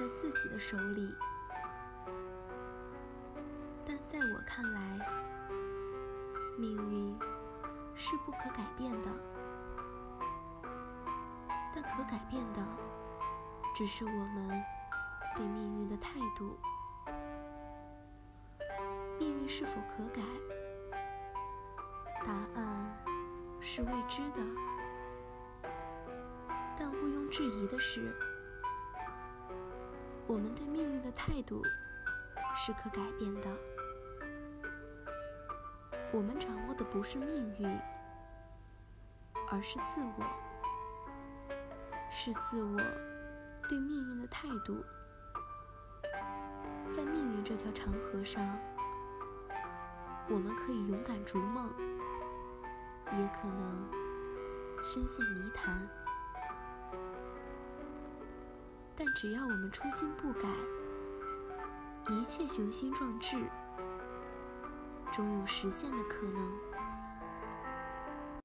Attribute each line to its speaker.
Speaker 1: 自己的手里。但在我看来，命运是不可改变的，但可改变的只是我们对命运的态度。命运是否可改？答案是未知的。但毋庸置疑的是，我们对命运的态度是可改变的。我们掌握的不是命运，而是自我，是自我对命运的态度。在命运这条长河上，我们可以勇敢逐梦，也可能深陷泥潭。但只要我们初心不改，一切雄心壮志终有实现的可能。